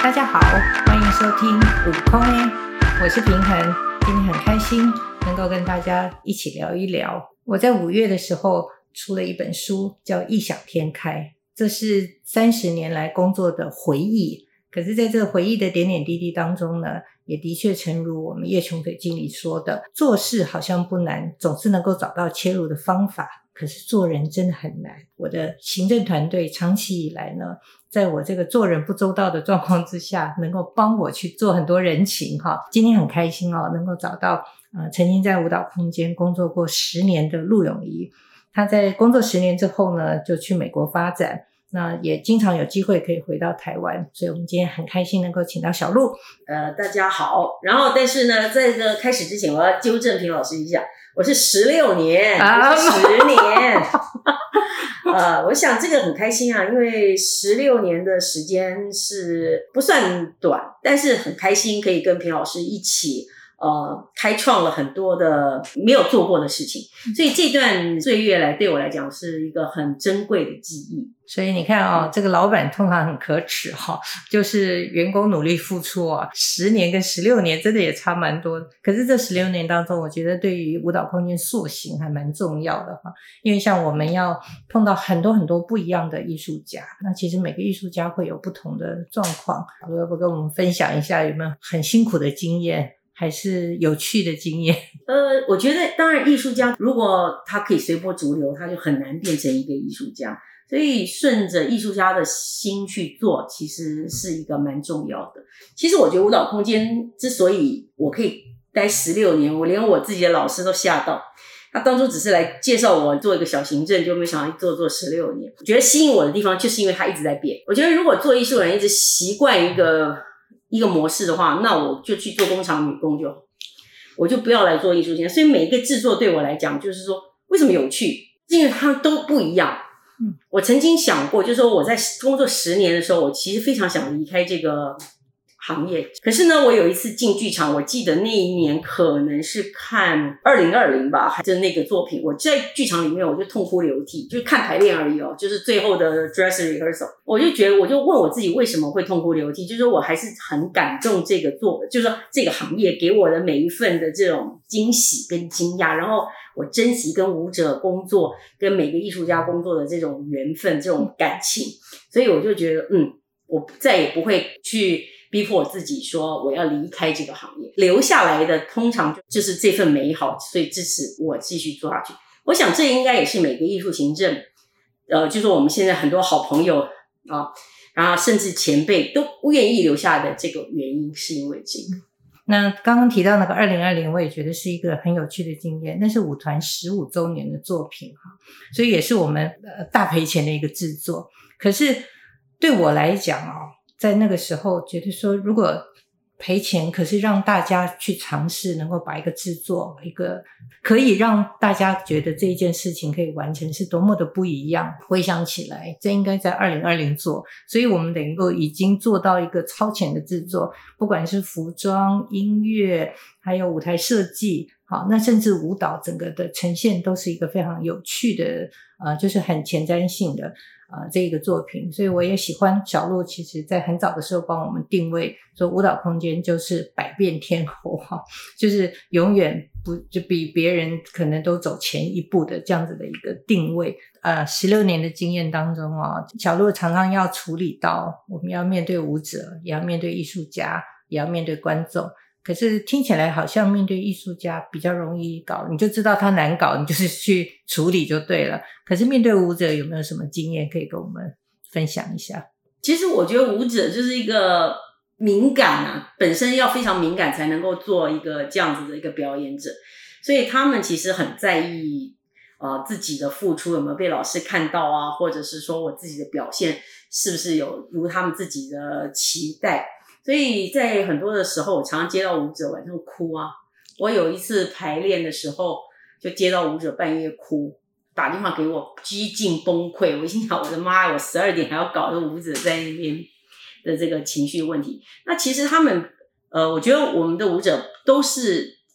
大家好，欢迎收听悟空耶，我是平衡。今天很开心能够跟大家一起聊一聊。我在5月的时候出了一本书，叫《异想天开》，这是30年来工作的回忆。可是在这个回忆的点点滴滴当中呢，也的确诚如我们叶琼斐经理说的，做事好像不难，总是能够找到切入的方法，可是做人真的很难。我的行政团队长期以来呢，在我这个做人不周到的状况之下，能够帮我去做很多人情哈。今天很开心能够找到曾经在舞蹈空间工作过10年的陆永仪。他在工作10年之后呢，就去美国发展，那也经常有机会可以回到台湾，所以我们今天很开心能够请到小陆。 大家好。然后但是呢，在这个开始之前，我要纠正平老师一下，我是16年，不是10年。我想这个很开心啊，因为16年的时间是不算短，但是很开心可以跟平老师一起开创了很多的没有做过的事情，所以这段岁月来对我来讲是一个很珍贵的记忆。 所以你看这个老板通常很可耻就是员工努力付出10年跟16年真的也差蛮多的。可是这16年当中，我觉得对于舞蹈空间塑形还蛮重要的因为像我们要碰到很多很多不一样的艺术家，那其实每个艺术家会有不同的状况。要不跟我们分享一下有没有很辛苦的经验，还是有趣的经验？ 我觉得当然艺术家如果他可以随波逐流，他就很难变成一个艺术家，所以顺着艺术家的心去做其实是一个蛮重要的。其实我觉得舞蹈空间之所以我可以待16年，我连我自己的老师都吓到，他当初只是来介绍我做一个小行政，就没想到做16年。我觉得吸引我的地方就是因为他一直在变。我觉得如果做艺术人一直习惯一个模式的话，那我就去做工厂女工就好，我就不要来做艺术家。所以每一个制作对我来讲就是说为什么有趣，因为它都不一样。我曾经想过，就是说我在工作10年的时候，我其实非常想离开这个行业。可是呢，我有一次进剧场，我记得那一年可能是看2020吧，还是那个作品，我在剧场里面我就痛哭流涕，就看排练而已就是最后的 dress rehearsal。我就觉得，我就问我自己为什么会痛哭流涕，就是说我还是很感动这个就是说这个行业给我的每一份的这种惊喜跟惊讶，然后我珍惜跟舞者工作跟每个艺术家工作的这种缘分这种感情。所以我就觉得我再也不会去逼迫我自己说我要离开这个行业，留下来的通常就是这份美好，所以支持我继续做下去。我想这应该也是每个艺术行政就是我们现在很多好朋友然后甚至前辈都不愿意留下来的这个原因，是因为这个。 那刚刚提到那个2020，我也觉得是一个很有趣的经验，那是舞团15周年的作品所以也是我们大赔钱的一个制作。可是对我来讲在那个时候觉得说，如果赔钱，可是让大家去尝试，能够把一个制作，一个可以让大家觉得这一件事情可以完成是多么的不一样。回想起来，这应该在2020做，所以我们等于已经做到一个超前的制作，不管是服装、音乐，还有舞台设计，那甚至舞蹈整个的呈现都是一个非常有趣的就是很前瞻性的这一个作品。所以我也喜欢小陆其实在很早的时候帮我们定位说舞蹈空间就是百变天后就是永远就比别人可能都走前一步的这样子的一个定位。16年的经验当中小陆常常要处理到我们要面对舞者，也要面对艺术家，也要面对观众。可是听起来好像面对艺术家比较容易搞，你就知道他难搞，你就是去处理就对了。可是面对舞者有没有什么经验可以跟我们分享一下？ 其实我觉得舞者就是一个敏感本身要非常敏感才能够做一个这样子的一个表演者，所以他们其实很在意自己的付出有没有被老师看到或者是说我自己的表现是不是有如他们自己的期待。所以在很多的时候我常常接到舞者晚上哭我有一次排练的时候就接到舞者半夜哭打电话给我，几近崩溃。我心想我的妈，我12点还要搞个舞者在那边的这个情绪问题。那其实他们我觉得我们的舞者都是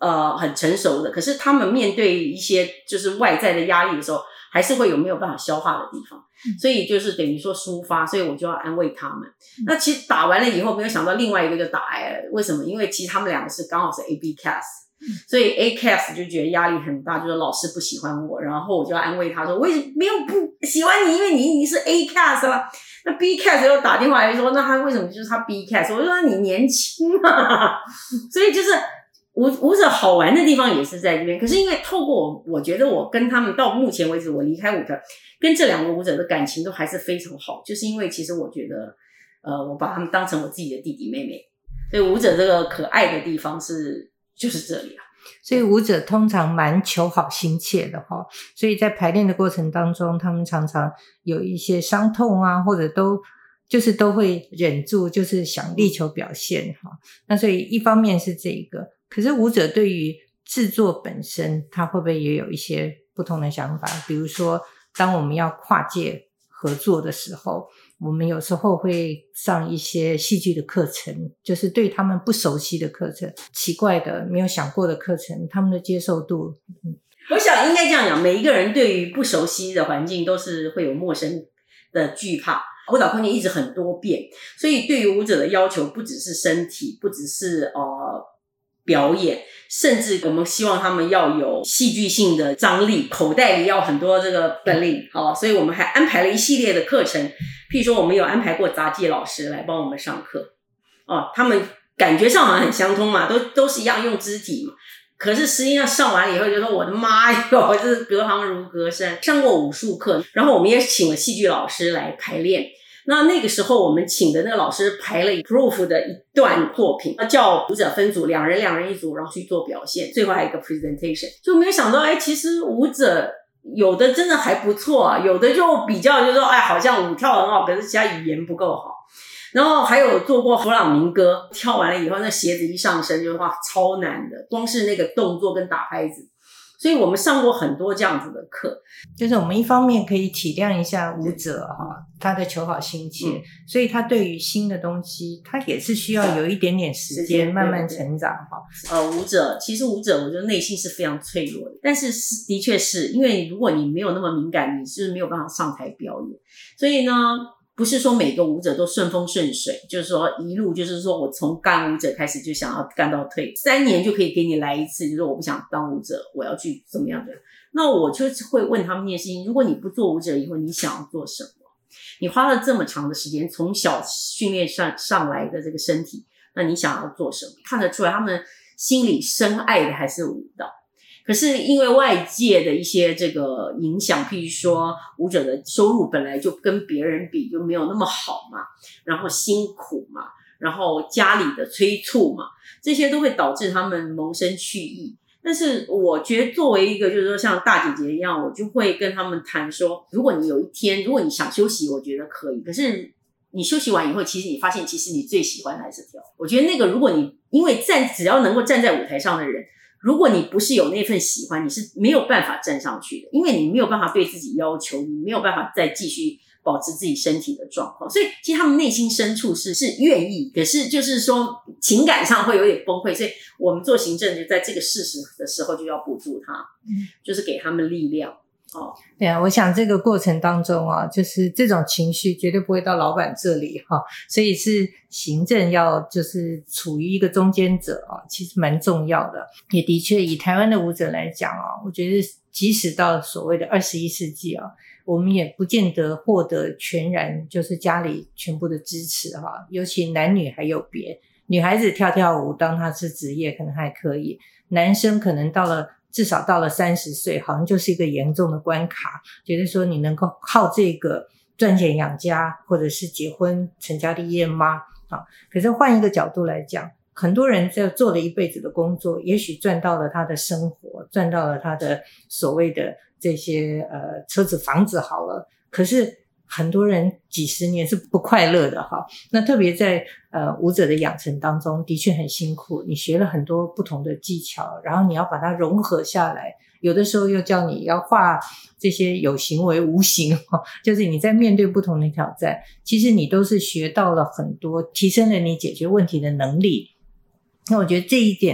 很成熟的，可是他们面对一些就是外在的压力的时候，还是会有没有办法消化的地方，所以就是等于说抒发，所以我就要安慰他们。那其实打完了以后，没有想到另外一个就打癌了，为什么？因为其实他们两个是刚好是 AB Cas， 所以 A Cas 就觉得压力很大，就是老师不喜欢我，然后我就要安慰他说，我也没有不喜欢你，因为你是 A Cas 啦。那 B Cas 又打电话来说，那他为什么就是他 B Cas？ 我就说你年轻嘛，所以就是舞者好玩的地方也是在这边。可是因为透过我觉得我跟他们到目前为止，我离开舞团，跟这两个舞者的感情都还是非常好，就是因为其实我觉得，我把他们当成我自己的弟弟妹妹，所以舞者这个可爱的地方就是这里啊。 所以舞者通常蛮求好心切的齁，所以在排练的过程当中，他们常常有一些伤痛啊，或者都会忍住，就是想力求表现齁。那所以一方面是这个，可是舞者对于制作本身，他会不会也有一些不同的想法？比如说，当我们要跨界合作的时候，我们有时候会上一些戏剧的课程，就是对他们不熟悉的课程，奇怪的没有想过的课程，他们的接受度我想应该这样讲，每一个人对于不熟悉的环境都是会有陌生的惧怕。舞蹈空间一直很多变，所以对于舞者的要求不只是身体，不只是表演，甚至我们希望他们要有戏剧性的张力，口袋里要很多这个本领，所以我们还安排了一系列的课程，譬如说我们有安排过杂技老师来帮我们上课，他们感觉上好像很相通嘛，都是一样用肢体嘛，可是实际上上完了以后就说我的妈呀，这是隔行如隔山。上过武术课，然后我们也请了戏剧老师来排练。那个时候我们请的那个老师排了 proof 的一段作品，叫舞者分组，两人一组，然后去做表现，最后还有一个 presentation。就没有想到其实舞者有的真的还不错啊，有的就比较就是说好像舞跳很好，可是其他语言不够好。然后还有做过弗朗明哥，跳完了以后那鞋子一上身就是超难的，光是那个动作跟打拍子。所以我们上过很多这样子的课， 就是我们一方面可以体谅一下舞者他的求好心切，所以他对于新的东西他也是需要有一点点时间慢慢成长。 其实舞者我觉得内心是非常脆弱的，但是的确是因为如果你没有那么敏感，你是没有办法上台表演。所以呢不是说每个舞者都顺风顺水，就是说一路就是说我从干舞者开始就想要干到退，3年就可以给你来一次，就是我不想当舞者，我要去怎么样的。那我就会问他们一件事情，如果你不做舞者以后你想要做什么？你花了这么长的时间从小训练上来的这个身体，那你想要做什么？看得出来他们心里深爱的还是舞蹈。可是因为外界的一些这个影响，譬如说舞者的收入本来就跟别人比就没有那么好嘛，然后辛苦嘛，然后家里的催促嘛，这些都会导致他们萌生去意。但是我觉得作为一个就是说像大姐姐一样，我就会跟他们谈说，如果你有一天如果你想休息，我觉得可以，可是你休息完以后，其实你发现其实你最喜欢的还是跳。我觉得那个如果你因为只要能够站在舞台上的人，如果你不是有那份喜欢，你是没有办法站上去的，因为你没有办法对自己要求，你没有办法再继续保持自己身体的状况。所以其实他们内心深处是愿意，可是就是说情感上会有点崩溃，所以我们做行政就在这个事实的时候就要补助他，就是给他们力量。 对啊，我想这个过程当中就是这种情绪绝对不会到老板这里所以是行政要就是处于一个中间者其实蛮重要的。也的确以台湾的舞者来讲我觉得即使到所谓的21世纪我们也不见得获得全然就是家里全部的支持尤其男女还有别，女孩子跳跳舞当她是职业可能还可以，男生可能至少到了30岁好像就是一个严重的关卡，觉得说你能够靠这个赚钱养家或者是结婚成家立业吗？可是换一个角度来讲，很多人在做了一辈子的工作，也许赚到了他的生活，赚到了他的所谓的这些车子房子好了，可是很多人几十年是不快乐的那特别在舞者的养成当中的确很辛苦，你学了很多不同的技巧，然后你要把它融合下来，有的时候又叫你要化这些有形为无形就是你在面对不同的挑战，其实你都是学到了很多，提升了你解决问题的能力。那我觉得这一点呢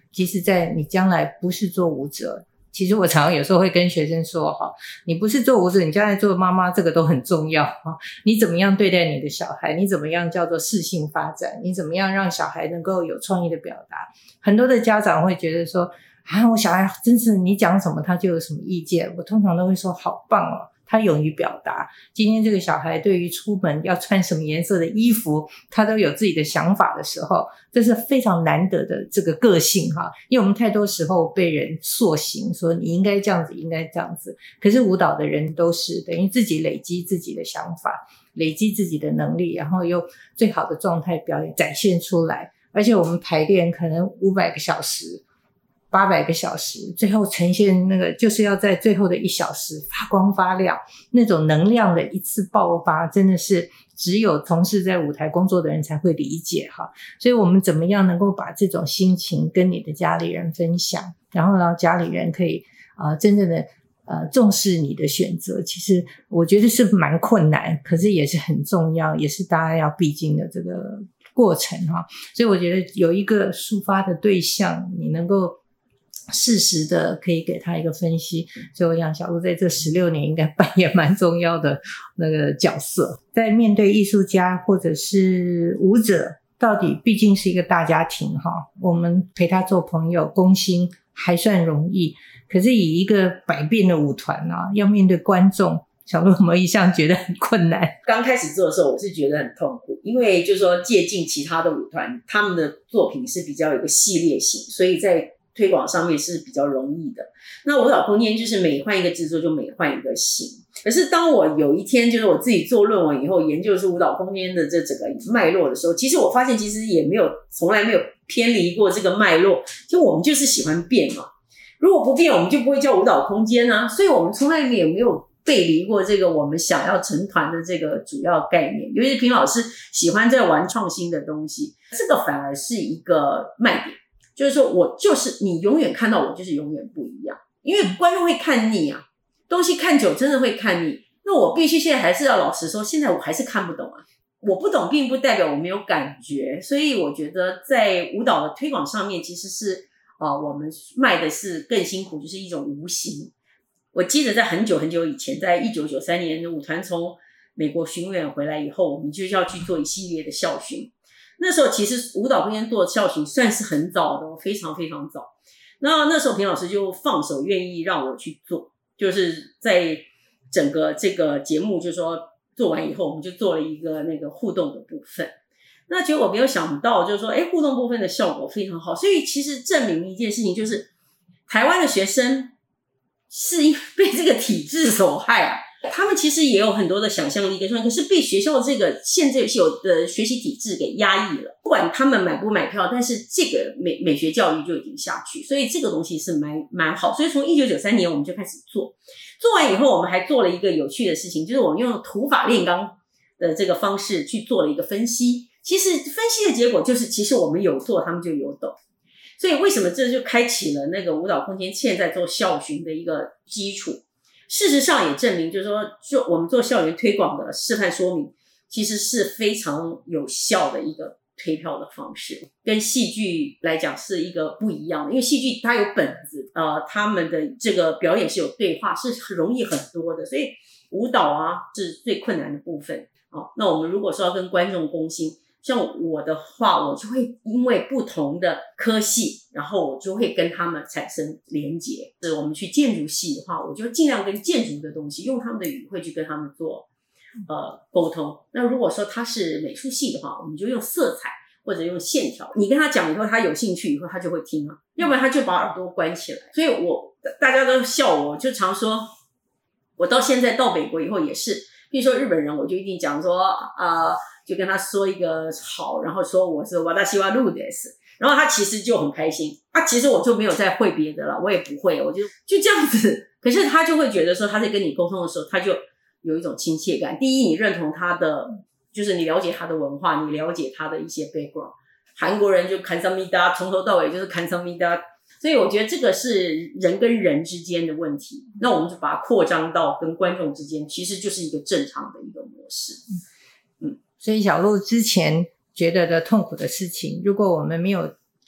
即使在你将来不是做舞者，其实我常常有时候会跟学生说你不是做舞者，你将来做妈妈，这个都很重要你怎么样对待你的小孩，你怎么样叫做适性发展，你怎么样让小孩能够有创意的表达。很多的家长会觉得说我小孩真是你讲什么他就有什么意见，我通常都会说好棒他勇于表达。今天这个小孩对于出门要穿什么颜色的衣服，他都有自己的想法的时候，这是非常难得的这个个性因为我们太多时候被人塑形，说你应该这样子，应该这样子。可是舞蹈的人都是等于自己累积自己的想法，累积自己的能力，然后用最好的状态表演展现出来。而且我们排练可能500个小时800个小时，最后呈现那个就是要在最后的1小时发光发亮，那种能量的一次爆发，真的是只有从事在舞台工作的人才会理解所以我们怎么样能够把这种心情跟你的家里人分享，然后让家里人可以真正的重视你的选择，其实我觉得是蛮困难，可是也是很重要，也是大家要必经的这个过程所以我觉得有一个抒发的对象，你能够适时的可以给他一个分析，所以我想小鹿在这16年应该扮演蛮重要的那个角色。在面对艺术家或者是舞者，到底毕竟是一个大家庭我们陪他做朋友攻心还算容易，可是以一个百变的舞团要面对观众，小鹿有没有一向觉得很困难？ 刚开始做的时候我是觉得很痛苦，因为就是说借鉴其他的舞团，他们的作品是比较有一个系列性，所以在推广上面是比较容易的。那舞蹈空间就是每换一个制作就每换一个型。可是当我有一天就是我自己做论文以后，研究出舞蹈空间的这整个脉络的时候，其实我发现其实也从来没有偏离过这个脉络，就我们就是喜欢变嘛。如果不变，我们就不会叫舞蹈空间所以我们从来也没有背离过这个我们想要成团的这个主要概念。尤其是平老师喜欢在玩创新的东西，这个反而是一个卖点。就是说我就是你永远看到我就是永远不一样，因为观众会看腻东西看久真的会看腻。那我必须现在还是要老实说，现在我还是看不懂我不懂并不代表我没有感觉。所以我觉得在舞蹈的推广上面，其实是我们卖的是更辛苦，就是一种无形。我记得在很久很久以前，在1993年舞团从美国巡演回来以后，我们就要去做一系列的校巡。那时候其实舞蹈空间做校巡算是很早的非常非常早。那时候平老师就放手愿意让我去做，就是在整个这个节目就是说做完以后，我们就做了一个那个互动的部分。那结果我没有想到就是说互动部分的效果非常好，所以其实证明一件事情，就是台湾的学生是因为被这个体制所害他们其实也有很多的想象力跟创意，可是被学校这个现在有的学习体制给压抑了。不管他们买不买票，但是这个美学教育就已经下去，所以这个东西是蛮好。所以从1993年我们就开始做完以后，我们还做了一个有趣的事情，就是我们用土法炼钢的这个方式去做了一个分析。其实分析的结果就是，其实我们有做，他们就有懂。所以为什么这就开启了那个舞蹈空间现在做校巡的一个基础。事实上也证明，就是说就我们做校园推广的示范说明，其实是非常有效的一个推票的方式，跟戏剧来讲是一个不一样的。因为戏剧它有本子，他们的这个表演是有对话，是容易很多的，所以舞蹈是最困难的部分。那我们如果说要跟观众共心，像我的话，我就会因为不同的科系，然后我就会跟他们产生连结。我们去建筑系的话，我就尽量跟建筑的东西用他们的语汇去跟他们做沟通。那如果说他是美术系的话，我们就用色彩或者用线条。你跟他讲以后，他有兴趣以后，他就会听要不然他就把耳朵关起来。所以大家都笑我，就常说我到现在到美国以后也是，比如说日本人，我就一定讲说就跟他说一个好，然后说我是私はルーです，然后他其实就很开心其实我就没有再会别的了，我也不会，我就这样子。可是他就会觉得说，他在跟你沟通的时候，他就有一种亲切感。第一，你认同他的，就是你了解他的文化，你了解他的一些 background。韩国人就看萨米达，从头到尾就是看萨米达，所以我觉得这个是人跟人之间的问题。那我们就把它扩张到跟观众之间，其实就是一个正常的一个模式。 所以小鹿之前觉得的痛苦的事情，如果我们没有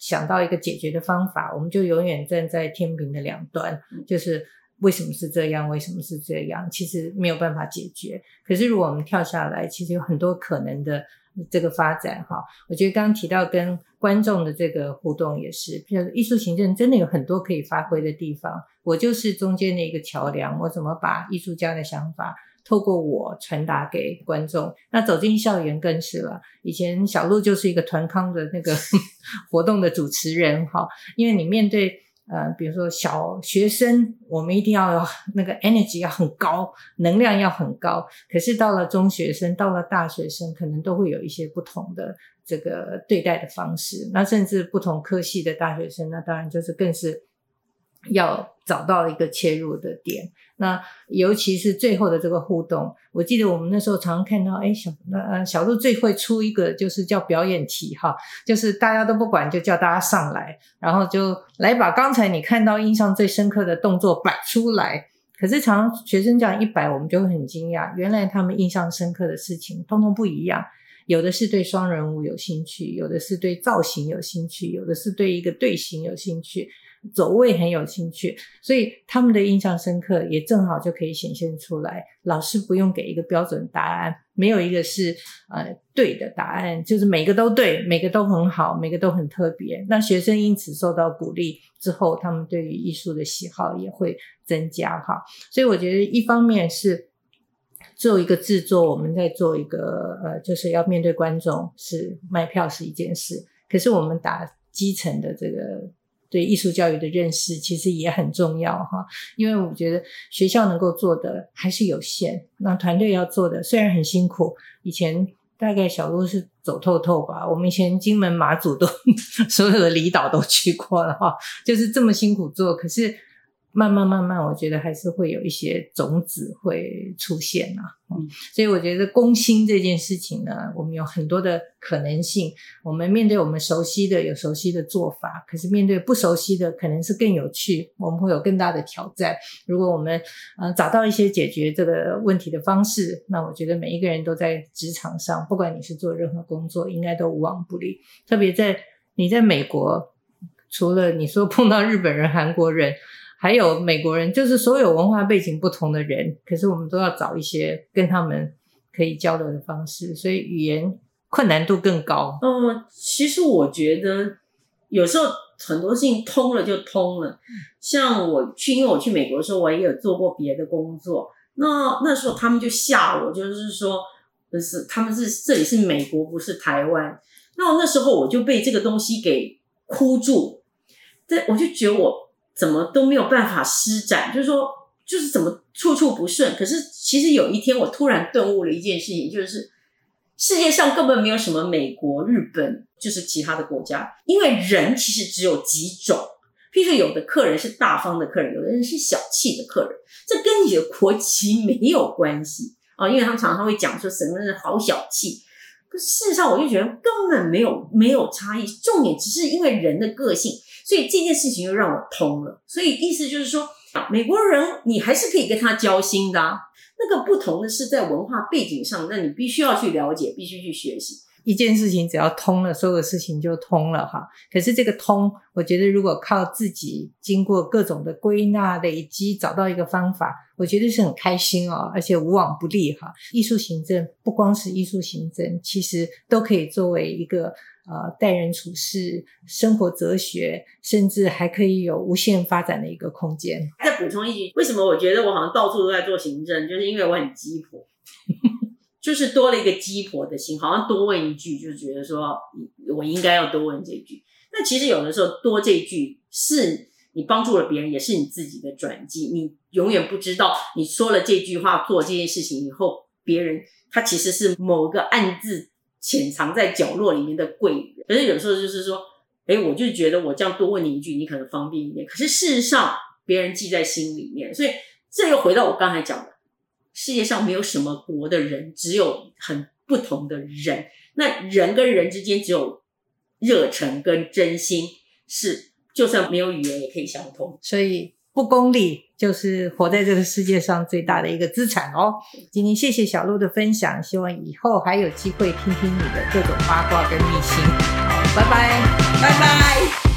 想到一个解决的方法，我们就永远站在天平的两端，就是为什么是这样，为什么是这样，其实没有办法解决。可是如果我们跳下来，其实有很多可能的这个发展哈。我觉得刚刚提到跟观众的这个互动也是，比如艺术行政真的有很多可以发挥的地方，我就是中间的一个桥梁，我怎么把艺术家的想法透过我传达给观众。那走进校园更是了，以前小鹿就是一个团康的那个活动的主持人哈，因为你面对比如说小学生，我们一定要有那个 energy 要很高，能量要很高，可是到了中学生，到了大学生，可能都会有一些不同的这个对待的方式，那甚至不同科系的大学生，那当然就是更是要找到一个切入的点。那尤其是最后的这个互动，我记得我们那时候常常看到小鹿最会出一个就是叫表演题哈，就是大家都不管，就叫大家上来，然后就来把刚才你看到印象最深刻的动作摆出来。可是常常学生这样一摆，我们就会很惊讶，原来他们印象深刻的事情通通不一样，有的是对双人舞有兴趣，有的是对造型有兴趣，有的是对一个队形有兴趣，走位很有兴趣，所以他们的印象深刻也正好就可以显现出来。老师不用给一个标准答案，没有一个是对的答案，就是每个都对，每个都很好，每个都很特别。那学生因此受到鼓励之后，他们对于艺术的喜好也会增加哈。所以我觉得一方面是做一个制作，我们在做一个就是要面对观众，是卖票是一件事，可是我们打基层的这个对艺术教育的认识其实也很重要哈，因为我觉得学校能够做的还是有限，那团队要做的虽然很辛苦，以前大概小鹿是走透透吧，我们以前金门马祖都所有的离岛都去过了哈，就是这么辛苦做，可是慢慢我觉得还是会有一些种子会出现啊。所以我觉得攻心这件事情呢，我们有很多的可能性，我们面对我们熟悉的有熟悉的做法，可是面对不熟悉的可能是更有趣，我们会有更大的挑战。如果我们找到一些解决这个问题的方式，那我觉得每一个人都在职场上，不管你是做任何工作，应该都无往不利。特别你在美国，除了你说碰到日本人韩国人还有美国人，就是所有文化背景不同的人，可是我们都要找一些跟他们可以交流的方式，所以语言困难度更高。 其实我觉得有时候很多事情通了就通了，像因为我去美国的时候，我也有做过别的工作，那时候他们就吓我，就是说他们这里是美国不是台湾，那时候我就被这个东西给箍住，我就觉得我怎么都没有办法施展，就是说就是怎么处处不顺。可是其实有一天我突然顿悟了一件事情，就是世界上根本没有什么美国、日本，就是其他的国家，因为人其实只有几种。譬如说有的客人是大方的客人，有的人是小气的客人，这跟你的国籍没有关系因为他们常常会讲说什么人好小气，可是事实上我就觉得根本没有差异，重点只是因为人的个性，所以这件事情就让我通了。所以意思就是说，美国人你还是可以跟他交心的那个不同的是在文化背景上，那你必须要去了解，必须去学习。 一件事情只要通了，所有的事情就通了哈。可是这个通，我觉得如果靠自己经过各种的归纳累积找到一个方法，我觉得是很开心而且无往不利哈。艺术行政不光是艺术行政，其实都可以作为一个待人处事、生活哲学，甚至还可以有无限发展的一个空间。 再补充一句，为什么我觉得我好像到处都在做行政，就是因为我很鸡婆就是多了一个鸡婆的心，好像多问一句就觉得说我应该要多问这句。那其实有的时候多这一句是你帮助了别人，也是你自己的转机。你永远不知道你说了这句话做这件事情以后，别人他其实是某个暗自潜藏在角落里面的贵人。可是有时候就是说我就觉得我这样多问你一句你可能方便一点，可是事实上别人记在心里面。所以这又回到我刚才讲的，世界上没有什么国的人，只有很不同的人，那人跟人之间只有热忱跟真心，是就算没有语言也可以相通。 所以不功利就是活在这个世界上最大的一个资产今天谢谢小鹿的分享，希望以后还有机会听听你的各种八卦跟秘辛。好，拜拜。 拜拜。